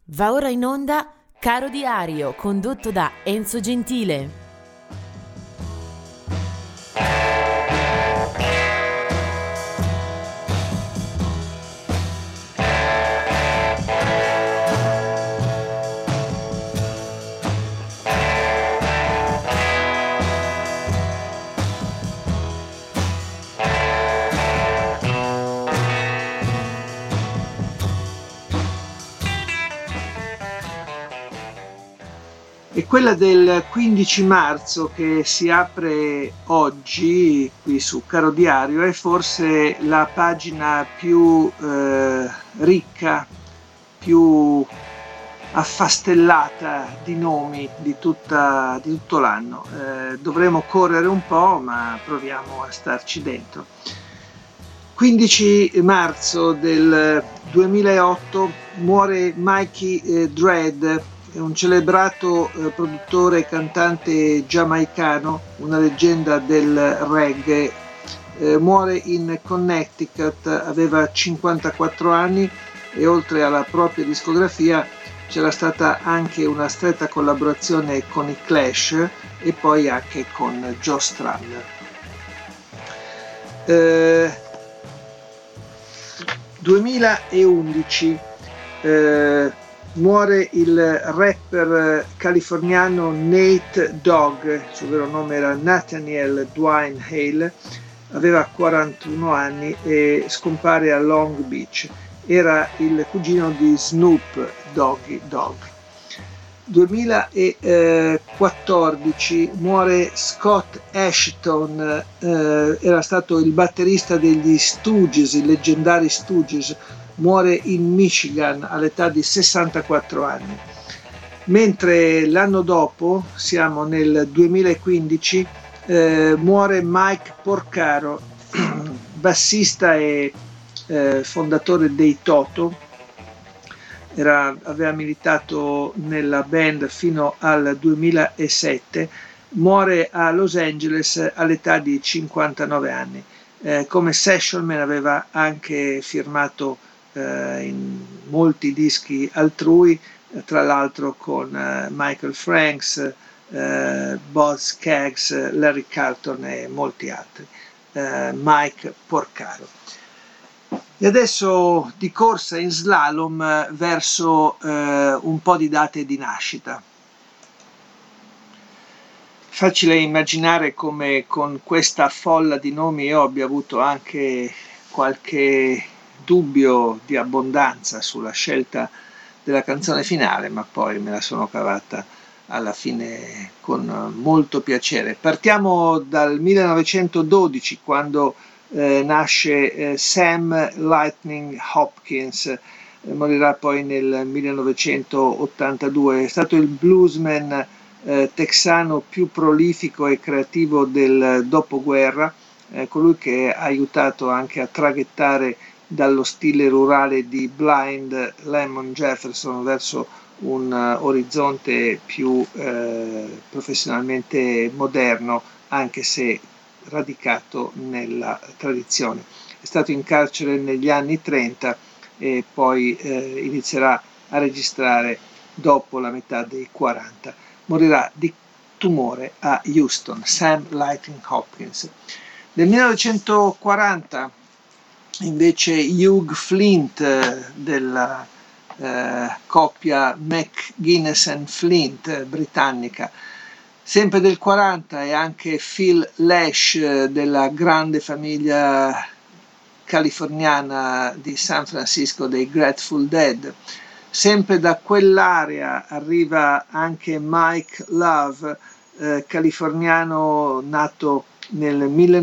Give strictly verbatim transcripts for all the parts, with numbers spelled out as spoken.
Va ora in onda Caro Diario, condotto da Enzo Gentile. E quella del quindici marzo che si apre oggi qui su Caro Diario è forse la pagina più eh, ricca, più affastellata di nomi di, tutta, di tutto l'anno. Eh, dovremo correre un po', ma proviamo a starci dentro. quindici marzo del duemilaotto muore Mikey eh, Dredd, un celebrato eh, produttore e cantante giamaicano, una leggenda del reggae. Eh, muore in Connecticut, aveva cinquantaquattro anni e oltre alla propria discografia c'era stata anche una stretta collaborazione con i Clash e poi anche con Joe Strummer. Eh, duemilaundici eh, muore il rapper californiano Nate Dogg, il suo vero nome era Nathaniel Dwayne Hale, aveva quarantuno anni e scompare a Long Beach. Era il cugino di Snoop Doggy Dogg. duemilaquattordici muore Scott Ashton, eh, era stato il batterista degli Stooges, i leggendari Stooges, muore in Michigan all'età di sessantaquattro anni. Mentre l'anno dopo, siamo nel duemilaquindici, eh, muore Mike Porcaro, bassista e eh, fondatore dei Toto. Era, aveva militato nella band fino al duemilasette, muore a Los Angeles all'età di cinquantanove anni. Eh, come sessionman aveva anche firmato eh, in molti dischi altrui, eh, tra l'altro con eh, Michael Franks, eh, Boz Scaggs, Larry Carlton e molti altri. Eh, Mike Porcaro. E adesso di corsa in slalom verso eh, un po' di date di nascita. Facile immaginare come con questa folla di nomi io abbia avuto anche qualche dubbio di abbondanza sulla scelta della canzone finale, ma poi me la sono cavata alla fine con molto piacere. Partiamo dal millenovecentododici, quando Eh, nasce eh, Sam Lightning Hopkins, eh, morirà poi nel millenovecentottantadue. È stato il bluesman eh, texano più prolifico e creativo del dopoguerra, eh, colui che ha aiutato anche a traghettare dallo stile rurale di Blind Lemon Jefferson verso un uh, orizzonte più eh, professionalmente moderno, anche se radicato nella tradizione. È stato in carcere negli anni trenta e poi eh, inizierà a registrare dopo la metà dei quaranta. Morirà di tumore a Houston, Sam Lightning Hopkins. Nel millenovecentoquaranta invece Hugh Flint eh, della eh, coppia McGuinness and Flint eh, britannica. Sempre del quaranta è anche Phil Lesh della grande famiglia californiana di San Francisco dei Grateful Dead. Sempre da quell'area arriva anche Mike Love, eh, californiano nato nel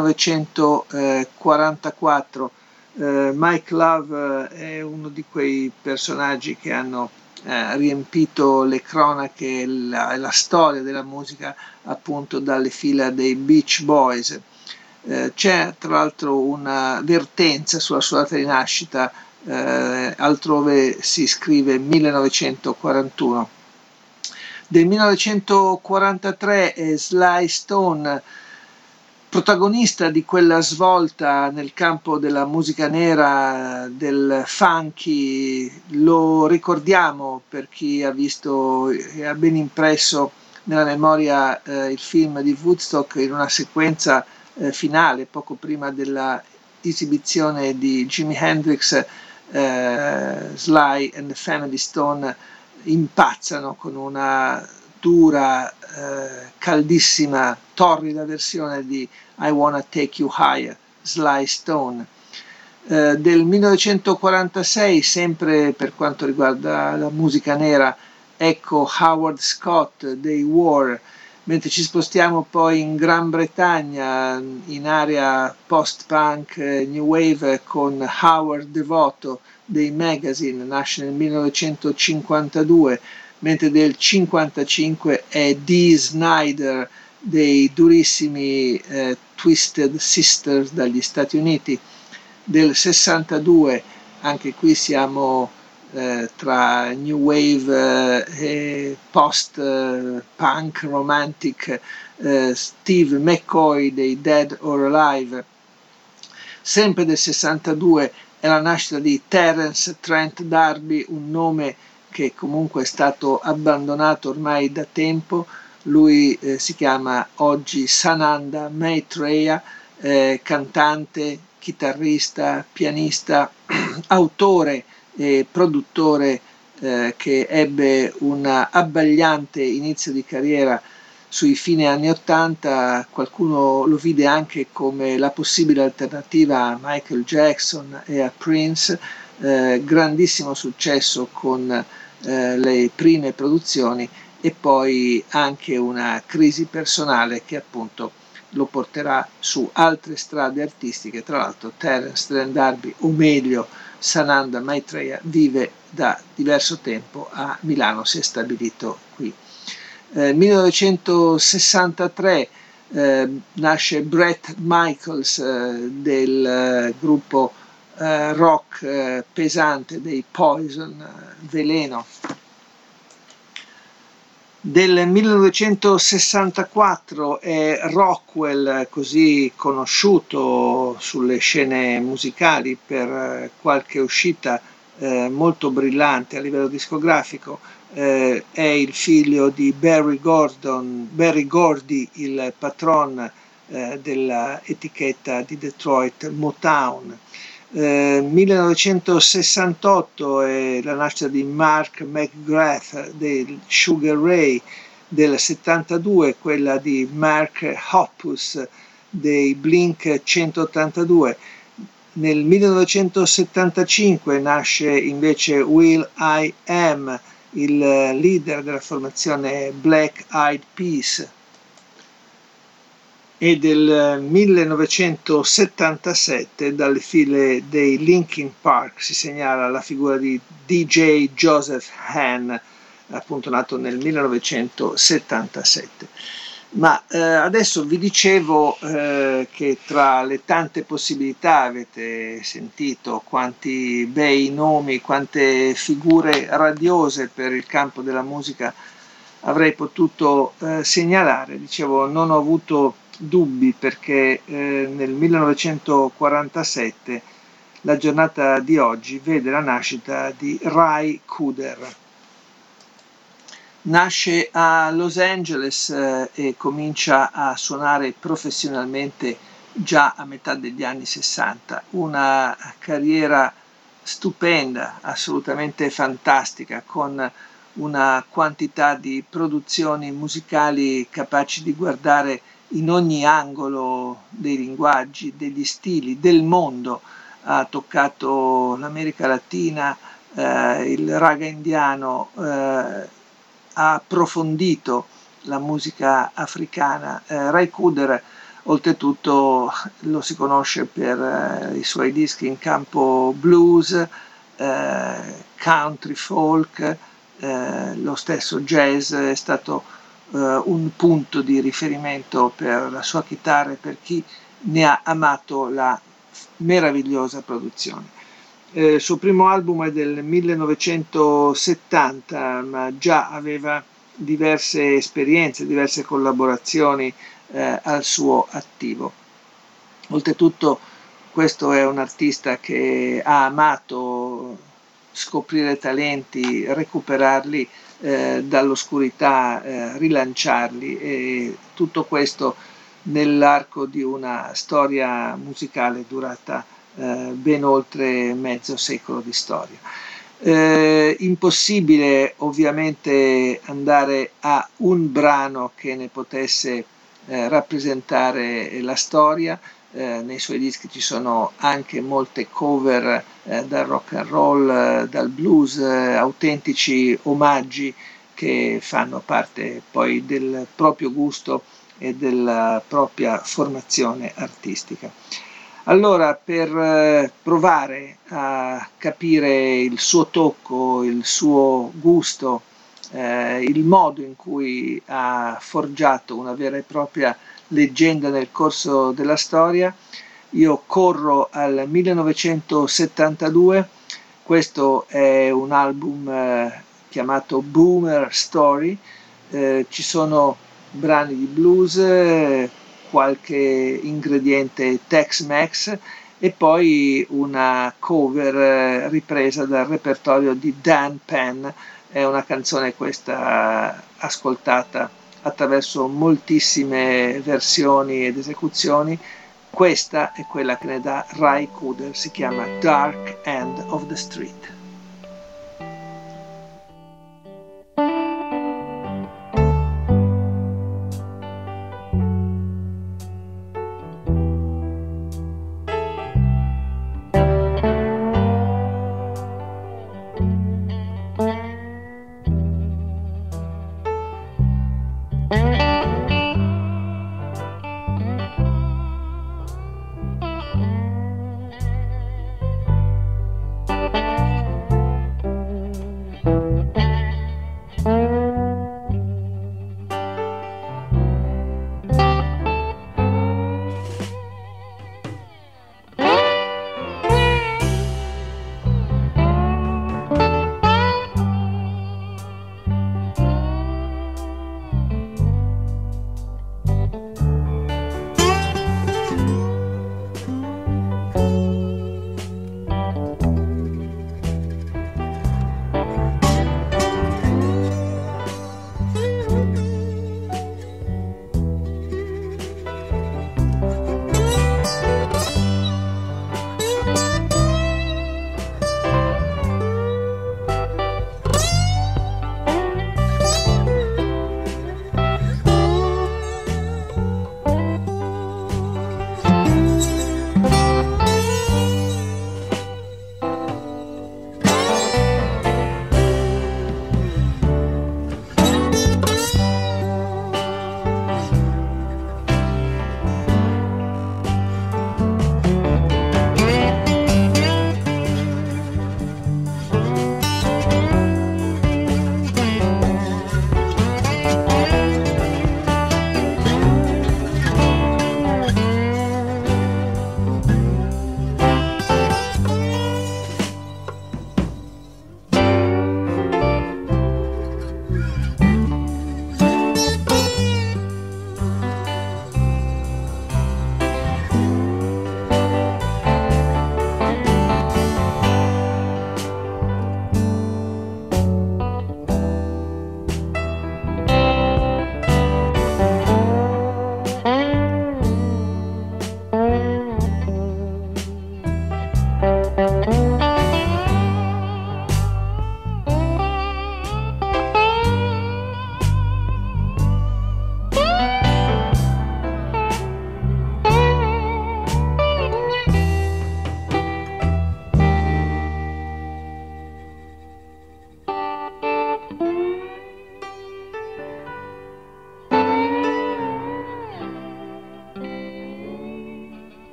millenovecentoquarantaquattro. Eh, Mike Love è uno di quei personaggi che hanno Eh, riempito le cronache e la, la storia della musica appunto dalle fila dei Beach Boys. Eh, c'è tra l'altro una vertenza sulla sua data di nascita, eh, altrove si scrive millenovecentoquarantuno. Del millenovecentoquarantatré eh, Sly Stone protagonista di quella svolta nel campo della musica nera, del funky. Lo ricordiamo per chi ha visto e ha ben impresso nella memoria eh, il film di Woodstock in una sequenza eh, finale, poco prima della esibizione di Jimi Hendrix. eh, Sly and the Family Stone impazzano con una dura, eh, caldissima, torrida versione di I Wanna Take You Higher, Sly Stone. Eh, del millenovecentoquarantasei, sempre per quanto riguarda la musica nera, ecco Howard Scott dei War. Mentre ci spostiamo poi in Gran Bretagna, in area post-punk, eh, new wave, con Howard Devoto dei Magazine, nasce nel millenovecentocinquantadue, mentre del cinquantacinque è Dee Snider dei durissimi eh, Twisted Sisters dagli Stati Uniti. Del sessantadue, anche qui siamo eh, tra new wave eh, e post eh, punk romantic, eh, Steve McCoy dei Dead or Alive. Sempre del sessantadue è la nascita di Terence Trent D'Arby, un nome che comunque è stato abbandonato ormai da tempo. Lui eh, si chiama oggi Sananda Maitreya, eh, cantante, chitarrista, pianista, autore e produttore eh, che ebbe un abbagliante inizio di carriera sui fine anni ottanta. Qualcuno lo vide anche come la possibile alternativa a Michael Jackson e a Prince. Eh, grandissimo successo con eh, le prime produzioni e poi anche una crisi personale che appunto lo porterà su altre strade artistiche. Tra l'altro Terence Trent D'Arby, o meglio Sananda Maitreya, vive da diverso tempo a Milano, si è stabilito qui. Nel eh, millenovecentosessantatré eh, nasce Bret Michaels eh, del eh, gruppo eh, rock eh, pesante dei Poison, eh, Veleno. Del millenovecentosessantaquattro è Rockwell, così conosciuto sulle scene musicali per qualche uscita eh, molto brillante a livello discografico. Eh, è il figlio di Barry Gordon, Barry Gordy, il patron eh, dell'etichetta di Detroit Motown. Eh, millenovecentosessantotto è la nascita di Mark McGrath del Sugar Ray. Del settantadue quella di Mark Hoppus dei Blink centottantadue. Nel millenovecentosettantacinque nasce invece Will I Am, il leader della formazione Black Eyed Peas. E del millenovecentosettantasette dalle file dei Linkin Park si segnala la figura di D J Joseph Hahn, appunto nato nel millenovecentosettantasette. Ma eh, adesso vi dicevo eh, che tra le tante possibilità, avete sentito quanti bei nomi, quante figure radiose per il campo della musica avrei potuto eh, segnalare. Dicevo, non ho avuto dubbi perché eh, nel millenovecentoquarantasette la giornata di oggi vede la nascita di Ry Cooder. Nasce a Los Angeles eh, e comincia a suonare professionalmente già a metà degli anni sessanta, una carriera stupenda, assolutamente fantastica, con una quantità di produzioni musicali capaci di guardare in ogni angolo dei linguaggi, degli stili, del mondo. Ha toccato l'America Latina, eh, il raga indiano, eh, ha approfondito la musica africana. Eh, Ry Cooder, oltretutto, lo si conosce per eh, i suoi dischi in campo blues, eh, country, folk, eh, lo stesso jazz. È stato eh, un punto di riferimento per la sua chitarra e per chi ne ha amato la meravigliosa produzione. Eh, il suo primo album è del millenovecentosettanta, ma già aveva diverse esperienze, diverse collaborazioni eh, al suo attivo. Oltretutto questo è un artista che ha amato scoprire talenti, recuperarli eh, dall'oscurità, eh, rilanciarli, e tutto questo nell'arco di una storia musicale durata eh, ben oltre mezzo secolo di storia. Eh, impossibile ovviamente andare a un brano che ne potesse eh, rappresentare la storia. Eh, nei suoi dischi ci sono anche molte cover eh, dal rock and roll, eh, dal blues, eh, autentici omaggi che fanno parte poi del proprio gusto e della propria formazione artistica. Allora, per eh, provare a capire il suo tocco, il suo gusto, eh, il modo in cui ha forgiato una vera e propria leggenda nel corso della storia, io corro al millenovecentosettantadue. Questo è un album eh, chiamato Boomer Story. Eh, ci sono brani di blues, eh, qualche ingrediente Tex-Mex e poi una cover eh, ripresa dal repertorio di Dan Penn. È una canzone questa ascoltata attraverso moltissime versioni ed esecuzioni. Questa è quella che ne dà Ry Cooder, si chiama Dark End of the Street.